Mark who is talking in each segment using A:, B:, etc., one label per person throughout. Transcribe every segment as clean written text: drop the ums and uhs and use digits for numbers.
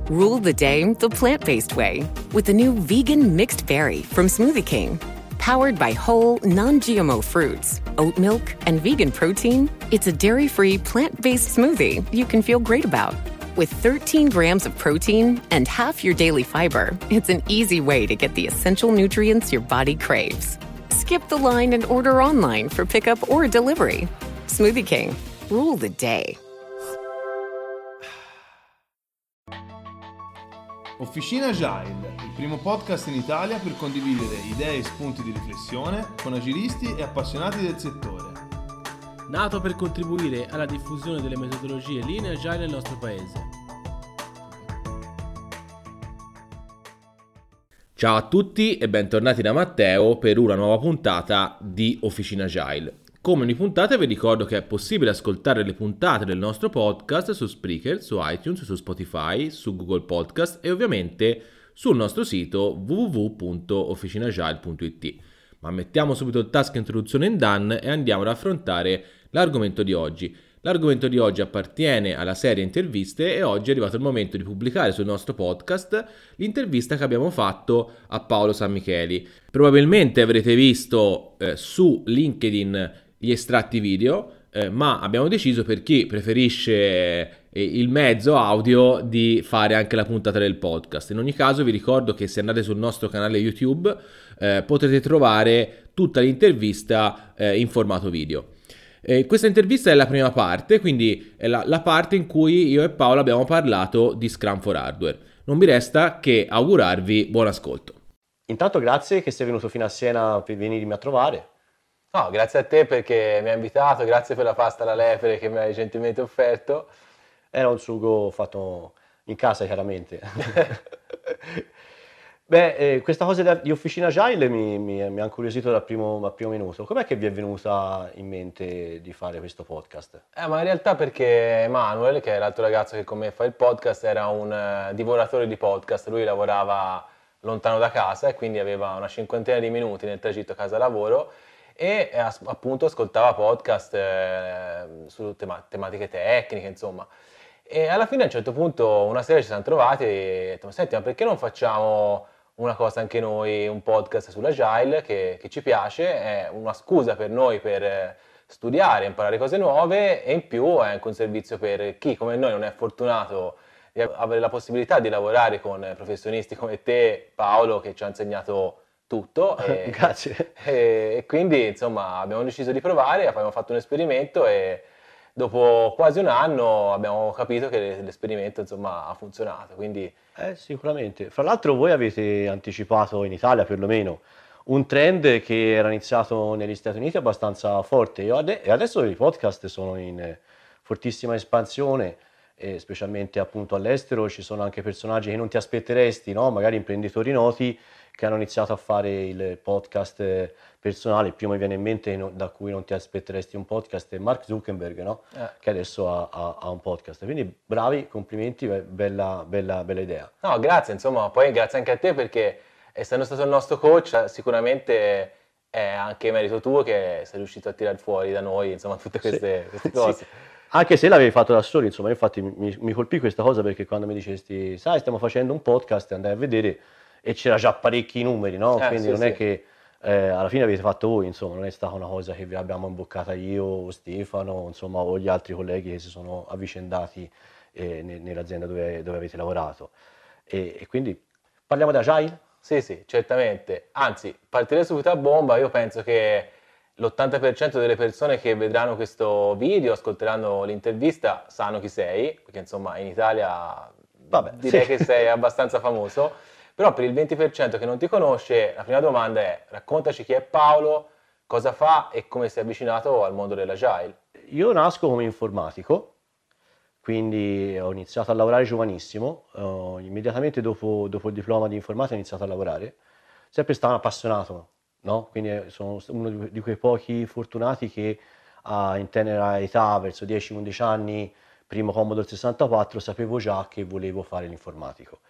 A: Rule the day the plant-based way with the new vegan mixed berry from Smoothie King. Powered by whole, non-GMO fruits, oat milk, and vegan protein, it's a dairy-free, plant-based smoothie you can feel great about. With 13 grams of protein and half your daily fiber, it's an easy way to get the essential nutrients your body craves. Skip the line and order online for pickup or delivery. Smoothie King. Rule the day.
B: Officina Agile, il primo podcast in Italia per condividere idee e spunti di riflessione con agilisti e appassionati del settore.
C: Nato per contribuire alla diffusione delle metodologie Lean e Agile nel nostro paese.
D: Ciao a tutti e bentornati da Matteo per una nuova puntata di Officina Agile. Come ogni puntata vi ricordo che è possibile ascoltare le puntate del nostro podcast su Spreaker, su iTunes, su Spotify, su Google Podcast e ovviamente sul nostro sito www.officinagile.it. Ma mettiamo subito il task introduzione in done e andiamo ad affrontare l'argomento di oggi. L'argomento di oggi appartiene alla serie interviste e oggi è arrivato il momento di pubblicare sul nostro podcast l'intervista che abbiamo fatto a Paolo Sammicheli. Probabilmente avrete visto su LinkedIn gli estratti video, ma abbiamo deciso, per chi preferisce il mezzo audio, di fare anche la puntata del podcast. In ogni caso vi ricordo che se andate sul nostro canale YouTube potrete trovare tutta l'intervista in formato video. Questa intervista è la prima parte, quindi è la parte in cui io e Paolo abbiamo parlato di Scrum for Hardware. Non mi resta che augurarvi buon ascolto.
E: Intanto grazie che sei venuto fino a Siena per venirmi a trovare.
F: No, grazie a te perché mi hai invitato, grazie per la pasta alla lepre che mi hai gentilmente offerto.
E: Era un sugo fatto in casa, chiaramente. Beh, questa cosa di Officina Agile mi ha incuriosito dal primo minuto. Com'è che vi è venuta in mente di fare questo podcast?
F: Ma in realtà perché Manuel, che è l'altro ragazzo che con me fa il podcast, era un divoratore di podcast. Lui lavorava lontano da casa e quindi aveva una cinquantina di minuti nel tragitto casa-lavoro e appunto ascoltava podcast su tematiche tecniche, insomma. E alla fine a un certo punto una sera ci siamo trovati e ho detto: senti, ma perché non facciamo una cosa anche noi, un podcast sull'Agile che ci piace, è una scusa per noi per studiare, imparare cose nuove e in più è anche un servizio per chi come noi non è fortunato di avere la possibilità di lavorare con professionisti come te, Paolo, che ci ha insegnato tutto.
E: Grazie.
F: E quindi insomma abbiamo deciso di provare, abbiamo fatto un esperimento e dopo quasi un anno abbiamo capito che l'esperimento insomma ha funzionato, quindi...
E: Sicuramente. Fra l'altro voi avete anticipato in Italia perlomeno un trend che era iniziato negli Stati Uniti abbastanza forte e adesso i podcast sono in fortissima espansione, e specialmente appunto all'estero ci sono anche personaggi che non ti aspetteresti, no? Magari imprenditori noti che hanno iniziato a fare il podcast personale. Il primo mi viene in mente da cui non ti aspetteresti un podcast è Mark Zuckerberg, no? Che adesso ha un podcast. Quindi bravi, complimenti, bella idea.
F: No, grazie, insomma, poi grazie anche a te perché essendo stato il nostro coach sicuramente è anche merito tuo che sei riuscito a tirare fuori da noi, insomma, tutte queste cose.
E: Sì. Anche se l'avevi fatto da soli, insomma, infatti mi colpì questa cosa perché quando mi dicesti, sai, stiamo facendo un podcast, andai a vedere e c'era già parecchi numeri, no? Quindi
F: sì,
E: non è che alla fine avete fatto voi, insomma, non è stata una cosa che vi abbiamo imboccata io o Stefano, insomma, o gli altri colleghi che si sono avvicendati nell'azienda dove avete lavorato. E quindi parliamo di Agile?
F: Sì, certamente. Anzi, partirei subito a bomba. Io penso che l'80% delle persone che vedranno questo video, ascolteranno l'intervista, sanno chi sei, perché insomma in Italia direi che sei abbastanza famoso. Però per il 20% che non ti conosce, la prima domanda è: raccontaci chi è Paolo, cosa fa e come si è avvicinato al mondo dell'Agile.
E: Io nasco come informatico, quindi ho iniziato a lavorare giovanissimo, immediatamente dopo il diploma di informatica ho iniziato a lavorare, sempre stato un appassionato, no? Quindi sono uno di quei pochi fortunati che in tenera età, verso 10-11 anni, primo Commodore 64, sapevo già che volevo fare l'informatico.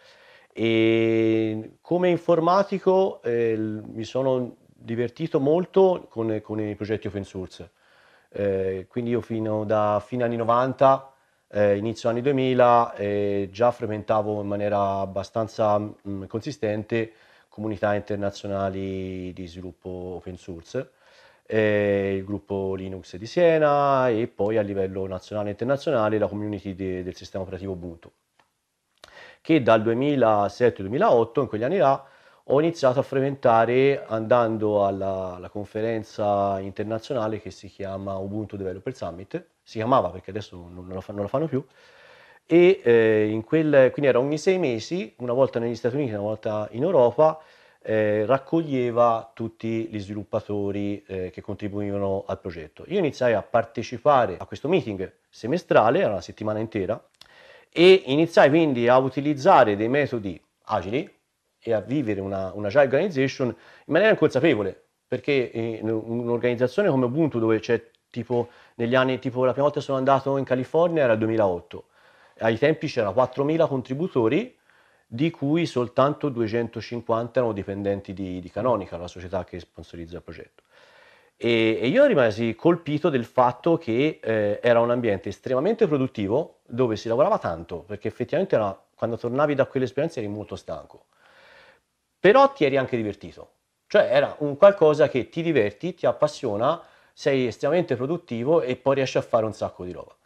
E: E come informatico mi sono divertito molto con i progetti open source, quindi io fino anni 90 inizio anni 2000, già frequentavo in maniera abbastanza consistente comunità internazionali di sviluppo open source, il gruppo Linux di Siena e poi a livello nazionale e internazionale la community del sistema operativo Ubuntu, che dal 2007-2008, in quegli anni là, ho iniziato a frequentare andando alla conferenza internazionale che si chiama Ubuntu Developer Summit, si chiamava perché adesso non la fanno più, e quindi era ogni 6 mesi, una volta negli Stati Uniti, una volta in Europa, raccoglieva tutti gli sviluppatori che contribuivano al progetto. Io iniziai a partecipare a questo meeting semestrale, era una settimana intera, e iniziai quindi a utilizzare dei metodi agili e a vivere una agile organization in maniera inconsapevole, perché in un'organizzazione come Ubuntu, dove c'è tipo negli anni, tipo la prima volta che sono andato in California era il 2008, ai tempi c'erano 4.000 contributori, di cui soltanto 250 erano dipendenti di Canonical, la società che sponsorizza il progetto. E io rimasi colpito del fatto che era un ambiente estremamente produttivo, dove si lavorava tanto, perché effettivamente quando tornavi da quell'esperienza eri molto stanco, però ti eri anche divertito, cioè era un qualcosa che ti diverti, ti appassiona, sei estremamente produttivo e poi riesci a fare un sacco di roba.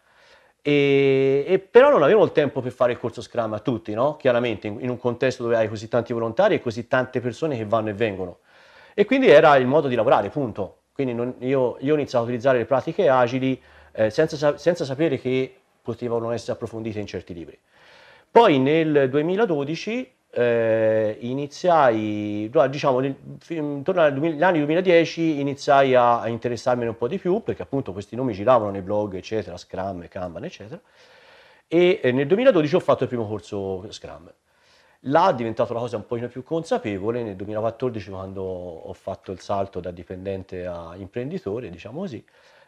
E: E però non avevo il tempo per fare il corso Scrum a tutti, no? Chiaramente in un contesto dove hai così tanti volontari e così tante persone che vanno e vengono. E quindi era il modo di lavorare, punto. Quindi io ho iniziato a utilizzare le pratiche agili senza sapere che potevano essere approfondite in certi libri. Poi nel 2012 iniziai, diciamo, intorno agli anni 2010 iniziai a interessarmene un po' di più, perché appunto questi nomi giravano nei blog, eccetera, Scrum, Kanban, eccetera, e nel 2012 ho fatto il primo corso Scrum. Là è diventata la cosa un po' più consapevole, nel 2014 quando ho fatto il salto da dipendente a imprenditore, diciamo così,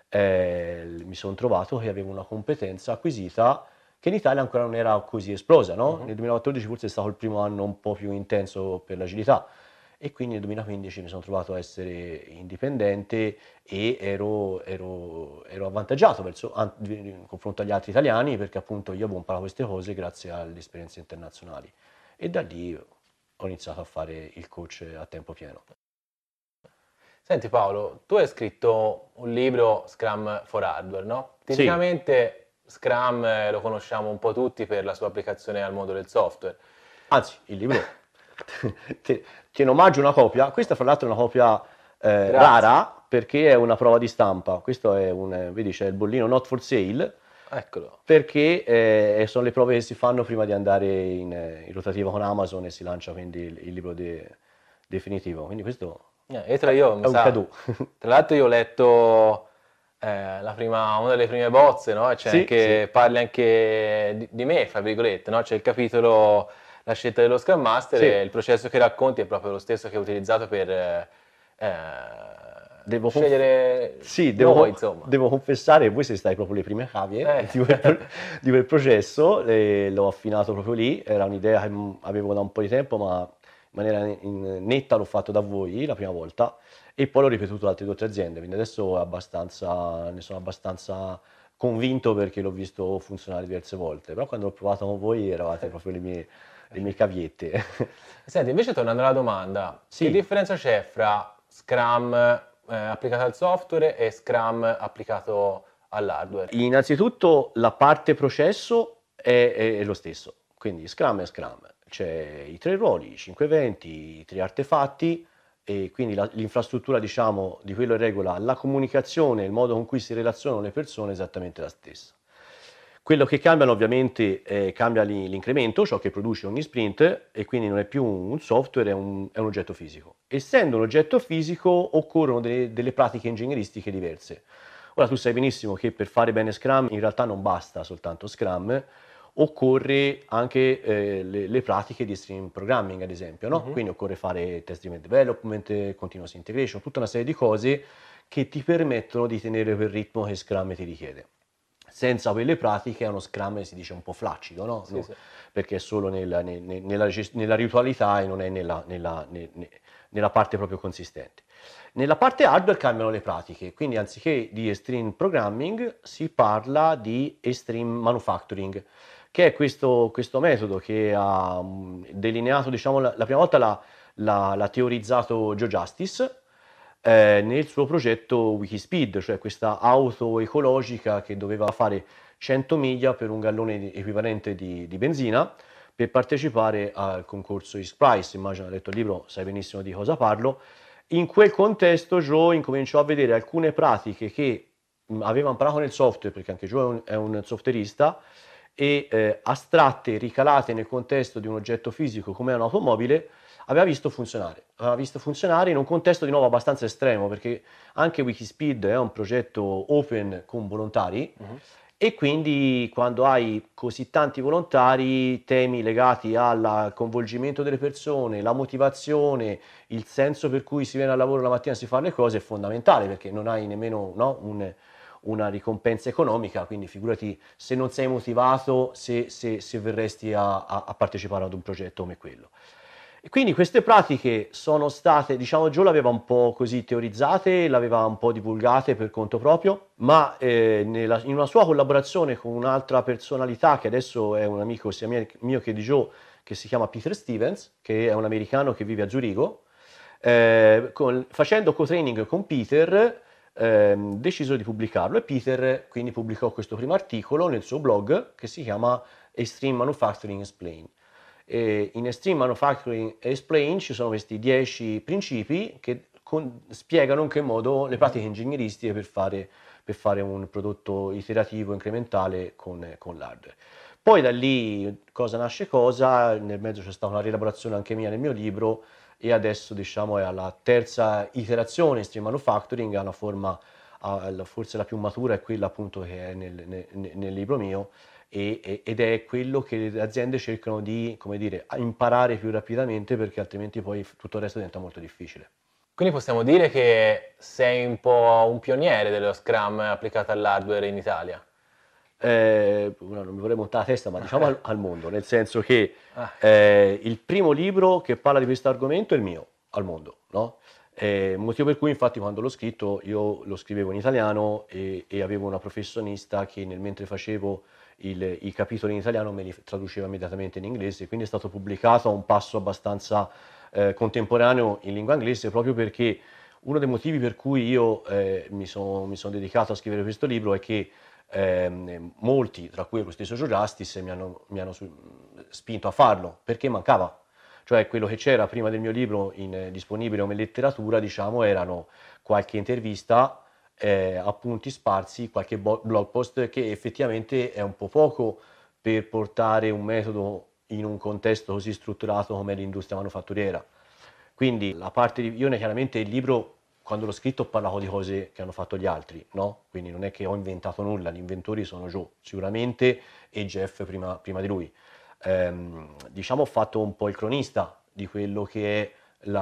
E: mi sono trovato che avevo una competenza acquisita che in Italia ancora non era così esplosa, no? Nel 2014 forse è stato il primo anno un po' più intenso per l'agilità e quindi nel 2015 mi sono trovato a essere indipendente e ero avvantaggiato in confronto agli altri italiani, perché appunto io avevo imparato queste cose grazie alle esperienze internazionali e da lì ho iniziato a fare il coach a tempo pieno.
F: Senti Paolo, tu hai scritto un libro, Scrum for Hardware, no? Tipicamente Scrum lo conosciamo un po' tutti per la sua applicazione al mondo del software.
E: Anzi, il libro ti in omaggio una copia, questa fra l'altro è una copia rara perché è una prova di stampa, questo è vedi c'è il bollino not for sale,
F: eccolo,
E: perché sono le prove che si fanno prima di andare in rotativa con Amazon e si lancia quindi il libro definitivo, quindi questo è un cadeau.
F: Tra l'altro io ho letto una delle prime bozze, no? Parli anche di me, fra virgolette, no? C'è il capitolo La scelta dello Scrum Master e il processo che racconti è proprio lo stesso che ho utilizzato per scegliere noi, insomma.
E: Devo confessare che voi siete stati proprio le prime cavie di quel processo, l'ho affinato proprio lì, era un'idea che avevo da un po' di tempo, ma in maniera netta l'ho fatto da voi la prima volta e poi l'ho ripetuto da altre 2 o 3 aziende, quindi adesso ne sono abbastanza convinto perché l'ho visto funzionare diverse volte, però quando l'ho provato con voi eravate proprio le mie caviette.
F: Senti, invece tornando alla domanda, che differenza c'è fra Scrum applicato al software e Scrum applicato all'hardware?
E: Innanzitutto la parte processo è lo stesso, quindi Scrum è Scrum, c'è i 3 ruoli, i 5 eventi, i 3 artefatti e quindi l'infrastruttura diciamo di quello che regola la comunicazione, il modo con cui si relazionano le persone è esattamente la stessa. Quello che cambiano ovviamente cambia l'incremento, ciò che produce ogni sprint e quindi non è più un software, è un oggetto fisico. Essendo un oggetto fisico occorrono delle pratiche ingegneristiche diverse. Ora tu sai benissimo che per fare bene Scrum in realtà non basta soltanto Scrum, occorre anche le pratiche di stream programming ad esempio, no? Quindi occorre fare test driven development, continuous integration, tutta una serie di cose che ti permettono di tenere quel ritmo che Scrum ti richiede. senza quelle pratiche è uno Scrum, si dice, un po' flaccido, no?
F: Sì, sì.
E: Perché è solo nella ritualità e non è nella parte proprio consistente. Nella parte hardware cambiano le pratiche, quindi anziché di extreme programming si parla di extreme manufacturing, che è questo metodo che ha delineato, diciamo, la prima volta l'ha teorizzato Joe Justice nel suo progetto Wikispeed, cioè questa auto ecologica che doveva fare 100 miglia per un gallone equivalente di benzina per partecipare al concorso X-Prize. Immagino, hai letto il libro, sai benissimo di cosa parlo. In quel contesto Joe incominciò a vedere alcune pratiche che aveva imparato nel software, perché anche Joe è un softwareista, e astratte, ricalate nel contesto di un oggetto fisico come un'automobile, aveva visto funzionare in un contesto di nuovo abbastanza estremo, perché anche Wikispeed è un progetto open con volontari, e quindi quando hai così tanti volontari, temi legati al coinvolgimento delle persone, la motivazione, il senso per cui si viene al lavoro la mattina e si fa le cose è fondamentale, perché non hai nemmeno, no, una ricompensa economica, quindi figurati se non sei motivato, se verresti a partecipare ad un progetto come quello. E quindi queste pratiche sono state, diciamo, Joe l'aveva un po' così teorizzate, l'aveva un po' divulgate per conto proprio, ma in una sua collaborazione con un'altra personalità che adesso è un amico sia mio che di Joe, che si chiama Peter Stevens, che è un americano che vive a Zurigo, facendo co-training con Peter, decisero di pubblicarlo, e Peter quindi pubblicò questo primo articolo nel suo blog che si chiama Extreme Manufacturing Explained. In Extreme Manufacturing Explained ci sono questi 10 principi che spiegano in che modo le pratiche ingegneristiche per fare un prodotto iterativo incrementale con l'hardware. Poi da lì cosa nasce cosa, nel mezzo c'è stata una rielaborazione anche mia nel mio libro, e adesso, diciamo, è alla terza iterazione. Extreme Manufacturing ha una forma, forse la più matura è quella appunto che è nel libro mio, ed è quello che le aziende cercano di, come dire, imparare più rapidamente, perché altrimenti poi tutto il resto diventa molto difficile.
F: Quindi possiamo dire che sei un po' un pioniere dello Scrum applicato all'hardware in Italia.
E: Non mi vorrei montare la testa, ma diciamo al mondo, nel senso che il primo libro che parla di questo argomento è il mio, al mondo, no? Motivo per cui infatti quando l'ho scritto io lo scrivevo in italiano e avevo una professionista che mentre facevo i capitoli in italiano me li traduceva immediatamente in inglese, quindi è stato pubblicato a un passo abbastanza contemporaneo in lingua inglese, proprio perché uno dei motivi per cui io mi sono dedicato a scrivere questo libro è che molti, tra cui lo stesso Joe Justice, mi hanno spinto a farlo, perché mancava. Cioè quello che c'era prima del mio libro disponibile come letteratura, diciamo, erano qualche intervista, appunti sparsi, qualche blog post, che effettivamente è un po' poco per portare un metodo in un contesto così strutturato come l'industria manufatturiera. Quindi io chiaramente il libro, quando l'ho scritto, parlavo di cose che hanno fatto gli altri, no? Quindi non è che ho inventato nulla, gli inventori sono Joe, sicuramente, e Jeff prima di lui. Diciamo ho fatto un po' il cronista di quello che è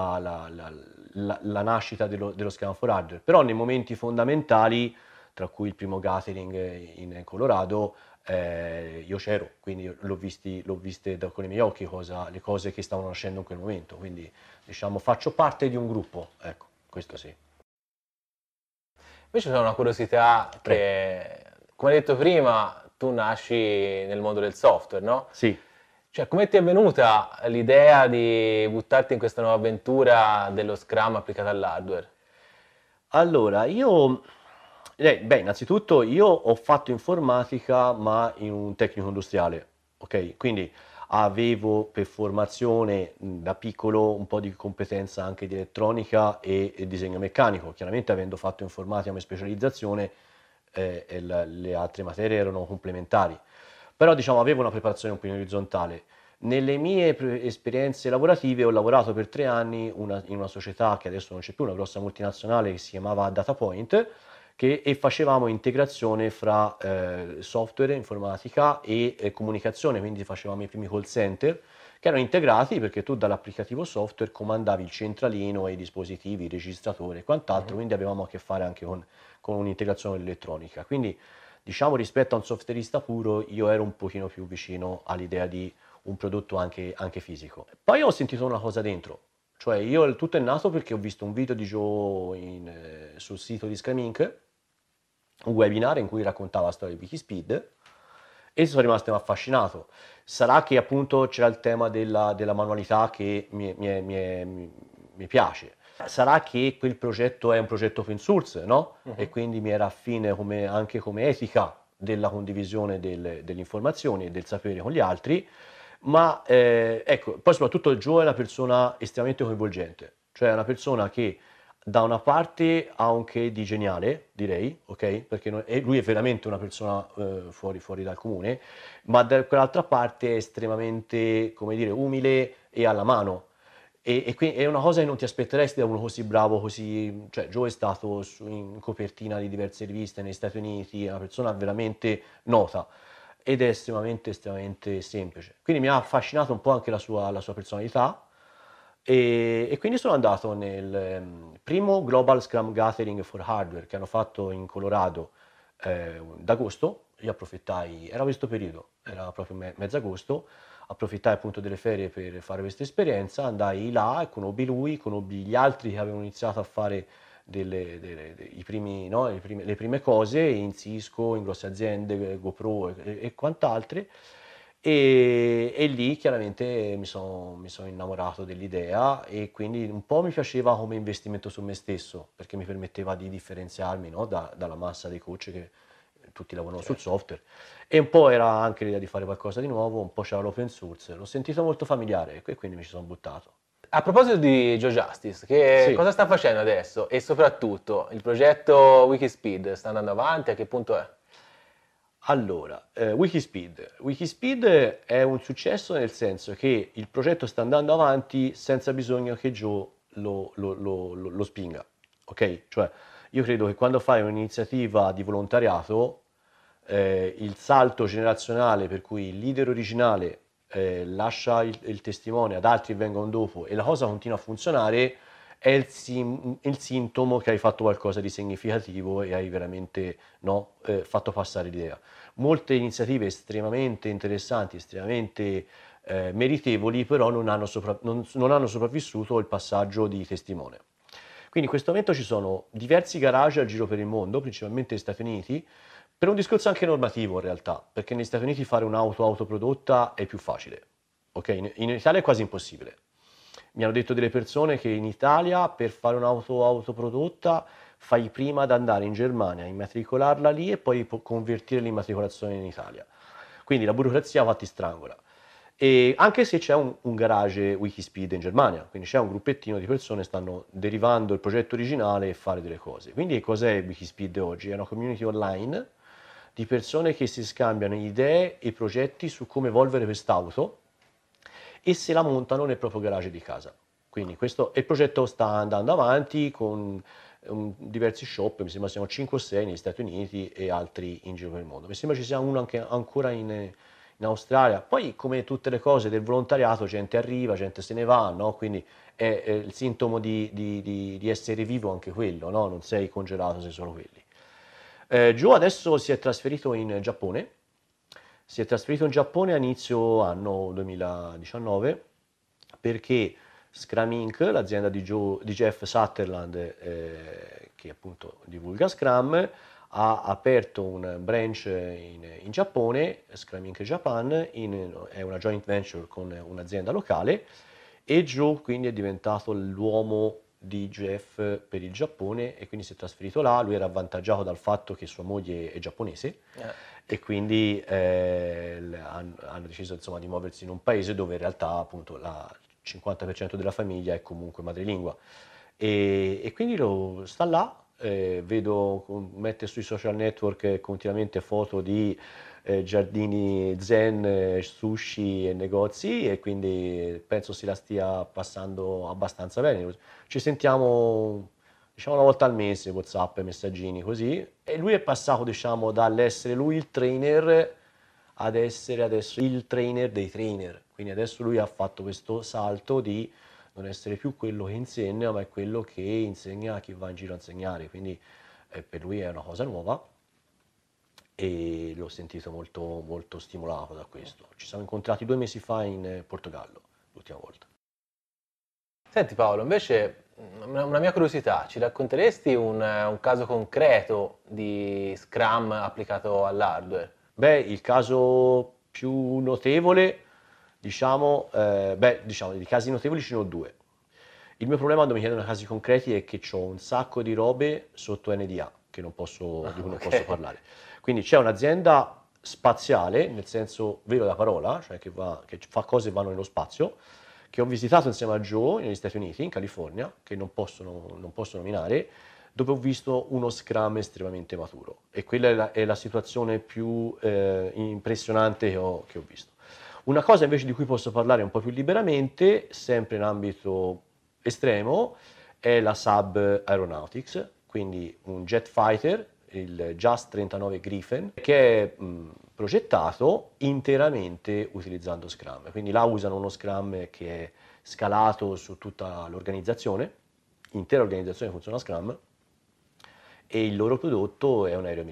E: la nascita dello Scrum for Hardware, però nei momenti fondamentali, tra cui il primo gathering in Colorado, io c'ero, quindi l'ho viste con i miei occhi le cose che stavano nascendo in quel momento, quindi diciamo faccio parte di un gruppo, ecco, questo sì.
F: Invece ho una curiosità che, come hai detto prima, tu nasci nel mondo del software, no?
E: Sì.
F: Cioè, come ti è venuta l'idea di buttarti in questa nuova avventura dello Scrum applicato all'hardware?
E: Allora, innanzitutto io ho fatto informatica ma in un tecnico industriale, ok? Quindi avevo per formazione da piccolo un po' di competenza anche di elettronica e disegno meccanico. Chiaramente avendo fatto informatica come specializzazione, le altre materie erano complementari. Però diciamo avevo una preparazione un po' orizzontale. Nelle mie esperienze lavorative ho lavorato per 3 anni in una società che adesso non c'è più, una grossa multinazionale che si chiamava DataPoint, e facevamo integrazione fra software, informatica e comunicazione, quindi facevamo i primi call center che erano integrati, perché tu dall'applicativo software comandavi il centralino e i dispositivi, il registratore e quant'altro, quindi avevamo a che fare anche con un'integrazione elettronica. Quindi diciamo rispetto a un softwareista puro io ero un pochino più vicino all'idea di un prodotto anche fisico. Poi ho sentito una cosa dentro, cioè tutto è nato perché ho visto un video di Joe sul sito di Scrum Inc., un webinar in cui raccontava la storia di Wikispeed e sono rimasto affascinato. Sarà che appunto c'era il tema della manualità che mi piace. Sarà che quel progetto è un progetto open source, no? E quindi mi era affine anche come etica della condivisione delle informazioni e del sapere con gli altri, ma ecco, poi soprattutto Joe è una persona estremamente coinvolgente, cioè è una persona che da una parte ha un che di geniale, direi, ok? Perché lui è veramente una persona fuori dal comune, ma da quell'altra parte è estremamente, come dire, umile e alla mano. E è una cosa che non ti aspetteresti da uno così bravo, così. Cioè Joe è stato in copertina di diverse riviste negli Stati Uniti, è una persona veramente nota ed è estremamente semplice. Quindi mi ha affascinato un po' anche la sua personalità e quindi sono andato nel primo Global Scrum Gathering for Hardware che hanno fatto in Colorado d'agosto. Io approfittai, era questo periodo, era proprio mezzo agosto, approfittai appunto delle ferie per fare questa esperienza, andai là e conobbi lui, conobbi gli altri che avevano iniziato a fare le prime cose in Cisco, in grosse aziende, GoPro e quant'altre. E lì chiaramente mi sono innamorato dell'idea e quindi un po' mi piaceva come investimento su me stesso perché mi permetteva di differenziarmi, no, dalla massa dei coach che tutti lavorano sul software e un po' era anche l'idea di fare qualcosa di nuovo, un po' c'era l'open source, l'ho sentito molto familiare e quindi mi ci sono buttato.
F: A proposito di Joe Justice, che
E: Sì.
F: cosa sta facendo adesso? E soprattutto, il progetto Wikispeed sta andando avanti? A che punto è?
E: Allora, Wikispeed è un successo nel senso che il progetto sta andando avanti senza bisogno che Joe lo spinga, ok? Cioè, io credo che quando fai un'iniziativa di volontariato, il salto generazionale per cui il leader originale lascia il testimone ad altri che vengono dopo e la cosa continua a funzionare, è il sintomo che hai fatto qualcosa di significativo e hai veramente fatto passare l'idea. Molte iniziative estremamente interessanti, estremamente meritevoli, però non hanno sopravvissuto il passaggio di testimone. Quindi in questo momento ci sono diversi garage al giro per il mondo, principalmente negli Stati Uniti, per un discorso anche normativo in realtà, perché negli Stati Uniti fare un'auto autoprodotta è più facile, ok? In Italia è quasi impossibile. Mi hanno detto delle persone che in Italia per fare un'auto autoprodotta fai prima ad andare in Germania, immatricolarla lì e poi convertire l'immatricolazione in Italia. Quindi la burocrazia va ti strangola. E anche se c'è un garage Wikispeed in Germania, quindi c'è un gruppettino di persone che stanno derivando il progetto originale e fare delle cose. Quindi cos'è Wikispeed oggi? È una community online di persone che si scambiano idee e progetti su come evolvere quest'auto e se la montano nel proprio garage di casa. Quindi il progetto sta andando avanti con diversi shop, mi sembra siano 5 o 6 negli Stati Uniti e altri in giro per il mondo. Mi sembra ci sia uno anche ancora in Australia. Poi come tutte le cose del volontariato, gente arriva, gente se ne va, no? Quindi è il sintomo di essere vivo anche quello, no? Non sei congelato, sei solo quelli. Joe adesso si è trasferito in Giappone. Si è trasferito in Giappone a inizio anno 2019 perché Scrum Inc., l'azienda di Jeff Sutherland che appunto divulga Scrum, ha aperto un branch in Giappone, Scrum Inc. Japan, è una joint venture con un'azienda locale e Joe quindi è diventato l'uomo di Jeff per il Giappone e quindi si è trasferito là. Lui era avvantaggiato dal fatto che sua moglie è giapponese e quindi hanno deciso insomma di muoversi in un paese dove in realtà appunto il 50% della famiglia è comunque madrelingua e quindi sta là, mette sui social network continuamente foto di giardini zen, sushi e negozi e quindi penso si la stia passando abbastanza bene. Ci sentiamo diciamo una volta al mese, WhatsApp, messaggini così e lui è passato diciamo dall'essere lui il trainer ad essere adesso il trainer dei trainer, quindi adesso lui ha fatto questo salto di non essere più quello che insegna ma è quello che insegna a chi va in giro a insegnare, quindi per lui è una cosa nuova e l'ho sentito molto, molto stimolato da questo. Ci siamo incontrati 2 mesi fa in Portogallo, l'ultima volta.
F: Senti Paolo, invece una mia curiosità, ci racconteresti un caso concreto di Scrum applicato all'hardware?
E: Beh, il caso più notevole, diciamo, di casi notevoli ce ne ho 2. Il mio problema quando mi chiedono casi concreti è che ho un sacco di robe sotto NDA di cui non posso parlare. Quindi c'è un'azienda spaziale, nel senso vero della parola, cioè che fa cose che vanno nello spazio, che ho visitato insieme a Joe negli Stati Uniti, in California, che non posso nominare, dove ho visto uno Scrum estremamente maturo. E quella è la situazione più impressionante che ho visto. Una cosa invece di cui posso parlare un po' più liberamente, sempre in ambito estremo, è la Saab Aeronautics, quindi un jet fighter, il JAS 39 Gripen, che è progettato interamente utilizzando Scrum. Quindi là usano uno Scrum che è scalato su tutta l'organizzazione, l'intera organizzazione funziona a Scrum, e il loro prodotto è un aereo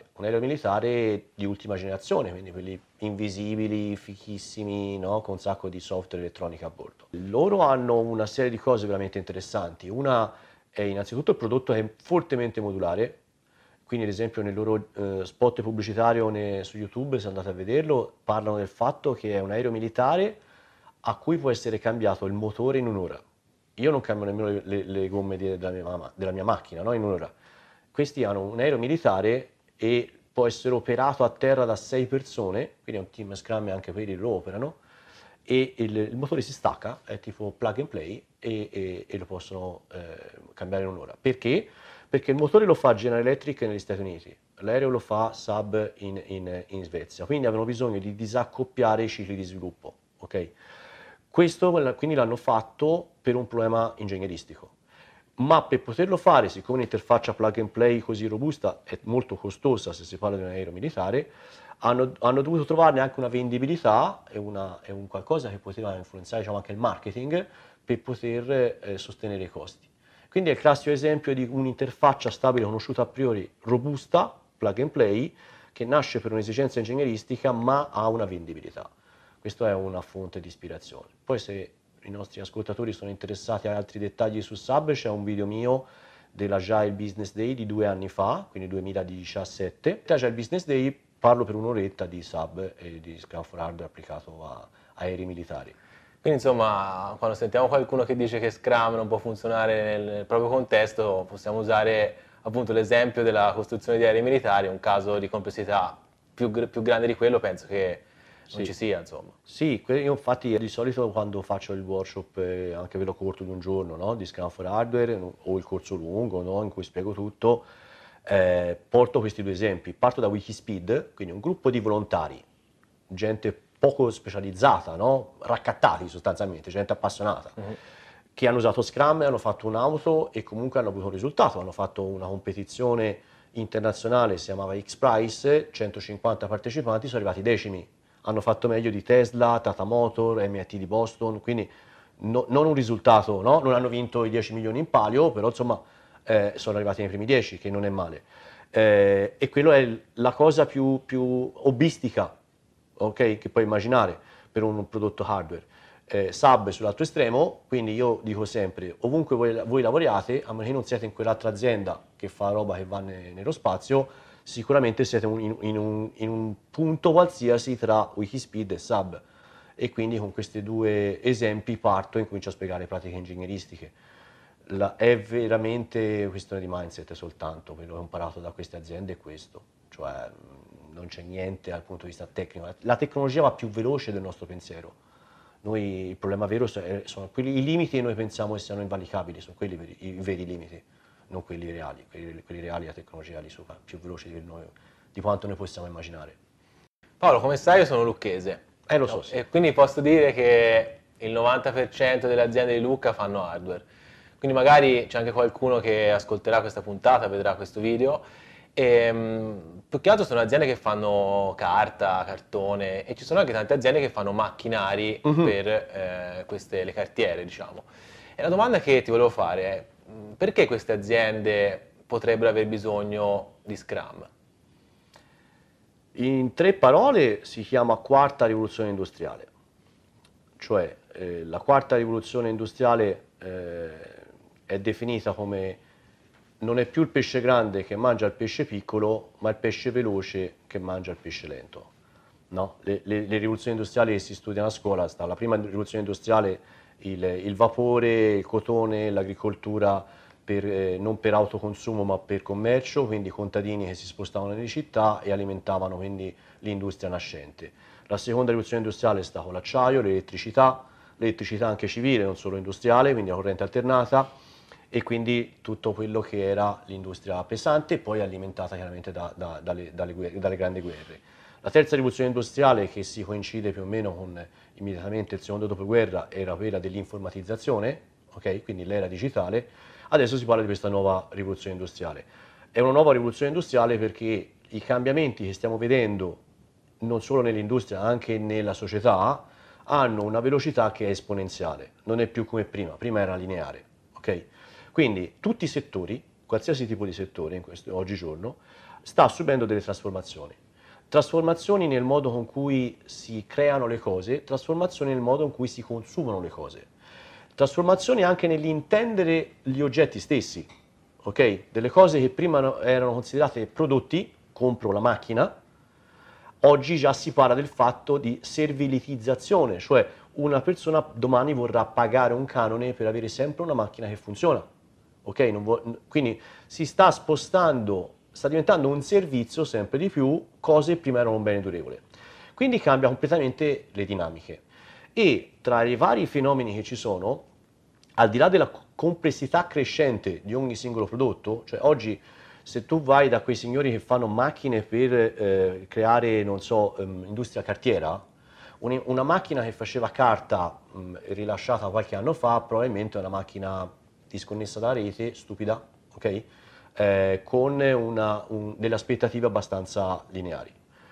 E: militare di ultima generazione, quindi quelli invisibili, fichissimi, no? Con un sacco di software elettronica a bordo. Loro hanno una serie di cose veramente interessanti. Una è innanzitutto il prodotto che è fortemente modulare, quindi ad esempio nel loro spot pubblicitario su YouTube, se andate a vederlo, parlano del fatto che è un aereo militare a cui può essere cambiato il motore in un'ora. Io non cambio nemmeno le gomme della mia macchina, no? In un'ora. Questi hanno un aereo militare e può essere operato a terra da 6 persone, quindi è un team Scrum e anche quelli lo operano, e il motore si stacca, è tipo plug and play e lo possono cambiare in un'ora. Perché? Perché il motore lo fa General Electric negli Stati Uniti, l'aereo lo fa Saab in Svezia, quindi avevano bisogno di disaccoppiare i cicli di sviluppo. Okay? Questo quindi l'hanno fatto per un problema ingegneristico. Ma per poterlo fare, siccome un'interfaccia plug and play così robusta è molto costosa se si parla di un aereo militare, hanno dovuto trovarne anche una vendibilità e un qualcosa che poteva influenzare, diciamo, anche il marketing per poter sostenere i costi. Quindi è il classico esempio di un'interfaccia stabile, conosciuta a priori, robusta, plug and play, che nasce per un'esigenza ingegneristica ma ha una vendibilità. Questa è una fonte di ispirazione. Poi se i nostri ascoltatori sono interessati a altri dettagli su Saab, c'è un video mio dell'Agile Business Day di 2 anni fa, quindi 2017. L'Agile Business Day parlo per un'oretta di Saab e di Scrum for Hardware applicato a aerei militari.
F: Quindi insomma, quando sentiamo qualcuno che dice che Scrum non può funzionare nel proprio contesto, possiamo usare appunto l'esempio della costruzione di aerei militari, un caso di complessità più grande di quello penso che non ci sia, insomma.
E: Sì, io infatti di solito quando faccio il workshop, anche quello corto di un giorno, no, di Scrum for Hardware, o il corso lungo, no, in cui spiego tutto, porto questi 2 esempi. Parto da Wikispeed, quindi un gruppo di volontari, gente poco specializzata, no, raccattati sostanzialmente, gente appassionata, che hanno usato Scrum e hanno fatto un'auto e comunque hanno avuto un risultato. Hanno fatto una competizione internazionale, si chiamava X-Prize, 150 partecipanti, sono arrivati 10º. Hanno fatto meglio di Tesla, Tata Motor, MIT di Boston, quindi non un risultato, no? Non hanno vinto i 10 milioni in palio, però insomma sono arrivati nei primi 10, che non è male. E quello è la cosa più hobbistica, okay, che puoi immaginare per un prodotto hardware. Saab sull'altro estremo, quindi io dico sempre, ovunque voi lavoriate, a meno che non siete in quell'altra azienda che fa roba che va nello spazio, sicuramente siete in un punto qualsiasi tra Wikispeed e Saab, e quindi con questi 2 esempi parto e incomincio a spiegare pratiche ingegneristiche. È veramente questione di mindset soltanto, quello che ho imparato da queste aziende è questo, cioè non c'è niente dal punto di vista tecnico, la tecnologia va più veloce del nostro pensiero. Noi il problema vero sono i limiti che noi pensiamo che siano invalicabili, sono quelli i veri limiti, non quelli reali. Quelli reali, la tecnologia li supera più veloce di quanto noi possiamo immaginare.
F: Paolo, come sai io sono lucchese.
E: Lo so, sì.
F: E quindi posso dire che il 90% delle aziende di Lucca fanno hardware. Quindi magari c'è anche qualcuno che ascolterà questa puntata, vedrà questo video. E, più che altro sono aziende che fanno carta, cartone, e ci sono anche tante aziende che fanno macchinari per le cartiere, diciamo. E la domanda che ti volevo fare è: perché queste aziende potrebbero aver bisogno di Scrum?
E: In 3 parole si chiama quarta rivoluzione industriale, cioè la quarta rivoluzione industriale è definita come non è più il pesce grande che mangia il pesce piccolo, ma il pesce veloce che mangia il pesce lento. No? Le rivoluzioni industriali che si studiano a scuola, la prima rivoluzione industriale, il vapore, il cotone, l'agricoltura non per autoconsumo ma per commercio, quindi contadini che si spostavano nelle città e alimentavano quindi l'industria nascente. La seconda rivoluzione industriale è stata l'acciaio, l'elettricità anche civile, non solo industriale, quindi la corrente alternata, e quindi tutto quello che era l'industria pesante, poi alimentata chiaramente dalle grandi guerre. La terza rivoluzione industriale, che si coincide più o meno con immediatamente il secondo dopoguerra, era quella dell'informatizzazione, okay? Quindi l'era digitale. Adesso si parla di questa nuova rivoluzione industriale. È una nuova rivoluzione industriale perché i cambiamenti che stiamo vedendo, non solo nell'industria, anche nella società, hanno una velocità che è esponenziale, non è più come prima era lineare. Okay? Quindi tutti i settori, qualsiasi tipo di settore oggigiorno, sta subendo delle trasformazioni. Trasformazioni nel modo con cui si creano le cose, trasformazioni nel modo in cui si consumano le cose, trasformazioni anche nell'intendere gli oggetti stessi, ok? Delle cose che prima erano considerate prodotti, compro la macchina, oggi già si parla del fatto di servilitizzazione, cioè una persona domani vorrà pagare un canone per avere sempre una macchina che funziona, ok? Quindi si sta spostando, sta diventando un servizio sempre di più, cose che prima erano un bene durevole. Quindi cambia completamente le dinamiche. E tra i vari fenomeni che ci sono, al di là della complessità crescente di ogni singolo prodotto, cioè oggi se tu vai da quei signori che fanno macchine per creare, non so, industria cartiera, una macchina che faceva carta rilasciata qualche anno fa probabilmente è una macchina disconnessa dalla rete, stupida, ok? Con delle aspettative abbastanza lineari.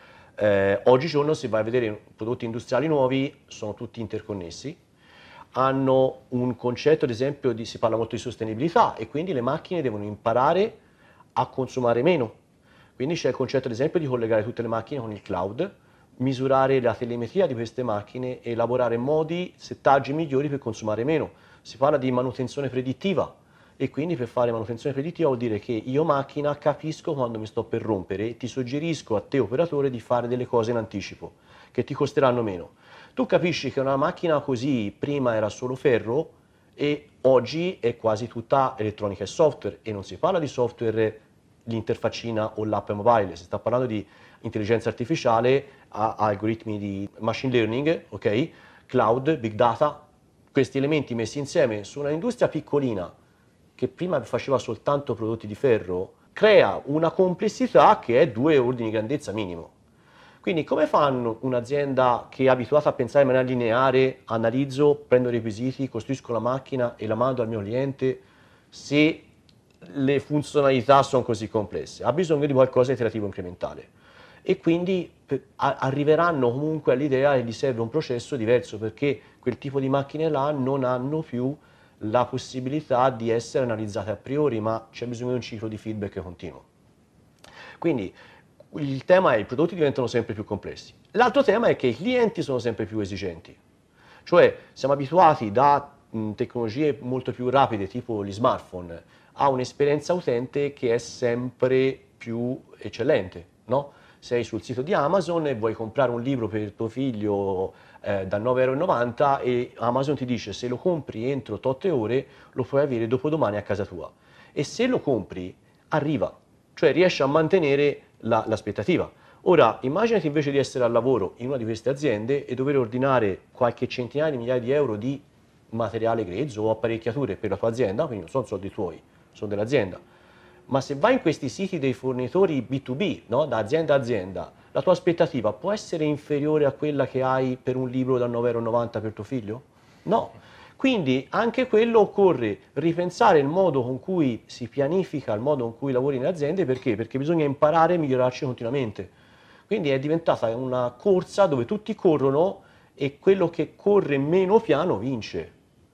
E: Oggigiorno se vai a vedere prodotti industriali nuovi sono tutti interconnessi, hanno un concetto ad esempio si parla molto di sostenibilità e quindi le macchine devono imparare a consumare meno, quindi c'è il concetto ad esempio di collegare tutte le macchine con il cloud, misurare la telemetria di queste macchine e elaborare modi, settaggi migliori per consumare meno. Si parla di manutenzione predittiva e quindi per fare manutenzione predittiva vuol dire che io macchina capisco quando mi sto per rompere e ti suggerisco a te operatore di fare delle cose in anticipo che ti costeranno meno. Tu capisci che una macchina così prima era solo ferro e oggi è quasi tutta elettronica e software, e non si parla di software, l'interfaccina o l'app mobile, si sta parlando di intelligenza artificiale, algoritmi di machine learning, ok? Cloud, big data, questi elementi messi insieme su una industria piccolina che prima faceva soltanto prodotti di ferro, crea una complessità che è 2 ordini di grandezza minimo. Quindi come fanno un'azienda che è abituata a pensare in maniera lineare, analizzo, prendo i requisiti, costruisco la macchina e la mando al mio cliente, se le funzionalità sono così complesse? Ha bisogno di qualcosa di iterativo incrementale. E quindi arriveranno comunque all'idea che gli serve un processo diverso, perché quel tipo di macchine là non hanno più la possibilità di essere analizzate a priori, ma c'è bisogno di un ciclo di feedback continuo. Quindi il tema è che i prodotti diventano sempre più complessi. L'altro tema è che i clienti sono sempre più esigenti. Cioè siamo abituati da tecnologie molto più rapide, tipo gli smartphone, a un'esperienza utente che è sempre più eccellente, no? Sei sul sito di Amazon e vuoi comprare un libro per tuo figlio da 9,90 € e Amazon ti dice se lo compri entro 8 ore lo puoi avere dopodomani a casa tua. E se lo compri arriva, cioè riesci a mantenere l'aspettativa. Ora immaginati invece di essere al lavoro in una di queste aziende e dover ordinare qualche centinaia di migliaia di euro di materiale grezzo o apparecchiature per la tua azienda, quindi non sono soldi tuoi, sono dell'azienda. Ma se vai in questi siti dei fornitori B2B, no? Da azienda a azienda, la tua aspettativa può essere inferiore a quella che hai per un libro da 9,90 € per tuo figlio? No. Quindi anche quello occorre ripensare il modo con cui si pianifica, il modo con cui lavori in aziende, perché? Perché bisogna imparare e migliorarci continuamente. Quindi è diventata una corsa dove tutti corrono e quello che corre meno piano vince.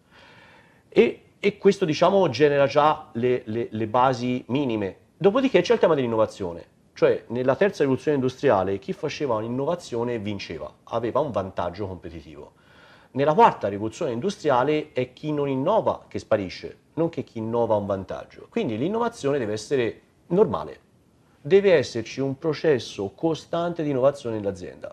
E: E questo diciamo genera già le basi minime. Dopodiché c'è il tema dell'innovazione, Cioè, nella terza rivoluzione industriale chi faceva un'innovazione vinceva, aveva un vantaggio competitivo. Nella quarta rivoluzione industriale è chi non innova che sparisce, non che chi innova ha un vantaggio. Quindi l'innovazione deve essere normale, deve esserci un processo costante di innovazione nell'azienda.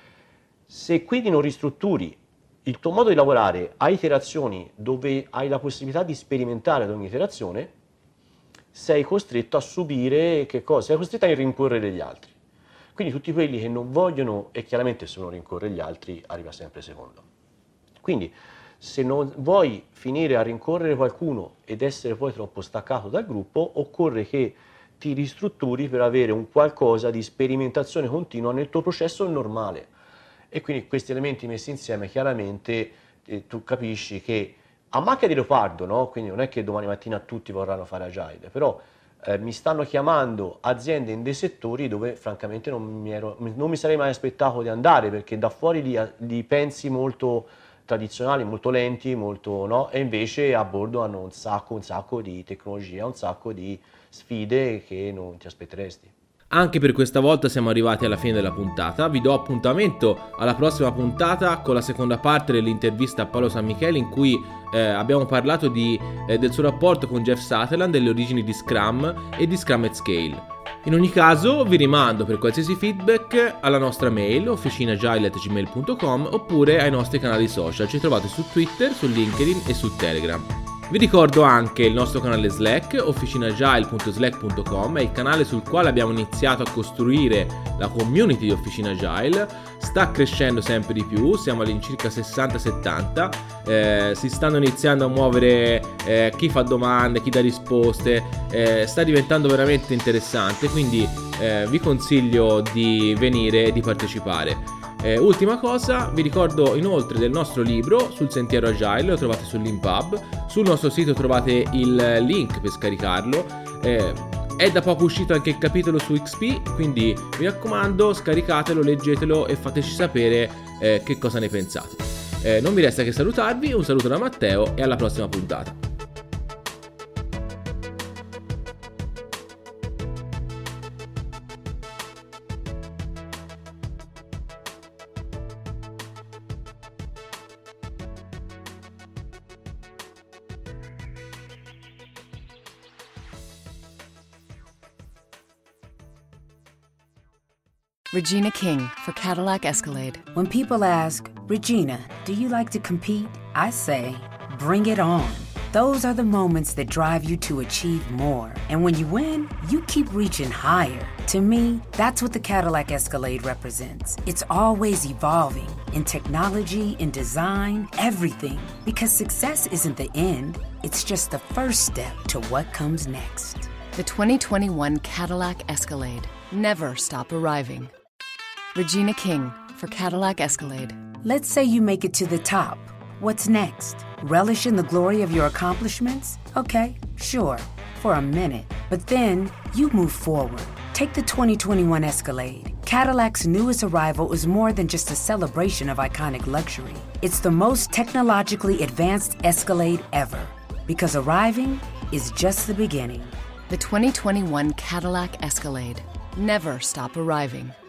E: Se quindi non ristrutturi il tuo modo di lavorare a iterazioni dove hai la possibilità di sperimentare ad ogni iterazione, sei costretto a subire che cosa? Sei costretto a rincorrere gli altri. Quindi tutti quelli che non vogliono e chiaramente se uno rincorre gli altri arriva sempre secondo. Quindi se non vuoi finire a rincorrere qualcuno ed essere poi troppo staccato dal gruppo, occorre che ti ristrutturi per avere un qualcosa di sperimentazione continua nel tuo processo normale. E quindi questi elementi messi insieme chiaramente tu capisci che a macchia di leopardo, no? Quindi non è che domani mattina tutti vorranno fare Agile, però mi stanno chiamando aziende in dei settori dove francamente non mi sarei mai aspettato di andare, perché da fuori li pensi molto tradizionali, molto lenti, molto, no? E invece a bordo hanno un sacco di tecnologia, un sacco di sfide che non ti aspetteresti.
D: Anche per questa volta siamo arrivati alla fine della puntata, vi do appuntamento alla prossima puntata con la seconda parte dell'intervista a Paolo San Michele in cui abbiamo parlato del suo rapporto con Jeff Sutherland, delle origini di Scrum e di Scrum at Scale. In ogni caso vi rimando per qualsiasi feedback alla nostra mail officinagile@gmail.com oppure ai nostri canali social, ci trovate su Twitter, su LinkedIn e su Telegram. Vi ricordo anche il nostro canale Slack, officinagile.slack.com, è il canale sul quale abbiamo iniziato a costruire la community di Officina Agile, sta crescendo sempre di più, siamo all'incirca 60-70, si stanno iniziando a muovere chi fa domande, chi dà risposte, sta diventando veramente interessante, quindi vi consiglio di venire e di partecipare. Ultima cosa, vi ricordo inoltre del nostro libro sul sentiero Agile, lo trovate sull'Impub, sul nostro sito trovate il link per scaricarlo, è da poco uscito anche il capitolo su XP, quindi mi raccomando scaricatelo, leggetelo e fateci sapere che cosa ne pensate. Non mi resta che salutarvi, un saluto da Matteo e alla prossima puntata.
G: Regina King for Cadillac Escalade.
H: When people ask, Regina, do you like to compete? I say, bring it on. Those are the moments that drive you to achieve more. And when you win, you keep reaching higher. To me, that's what the Cadillac Escalade represents. It's always evolving in technology, in design, everything. Because success isn't the end, it's just the first step to what comes next.
G: The 2021 Cadillac Escalade. Never stop arriving. Regina King for Cadillac Escalade.
H: Let's say you make it to the top. What's next? Relish in the glory of your accomplishments? Okay, sure, for a minute. But then you move forward. Take the 2021 Escalade. Cadillac's newest arrival is more than just a celebration of iconic luxury. It's the most technologically advanced Escalade ever. Because arriving is just the beginning.
G: The 2021 Cadillac Escalade. Never stop arriving.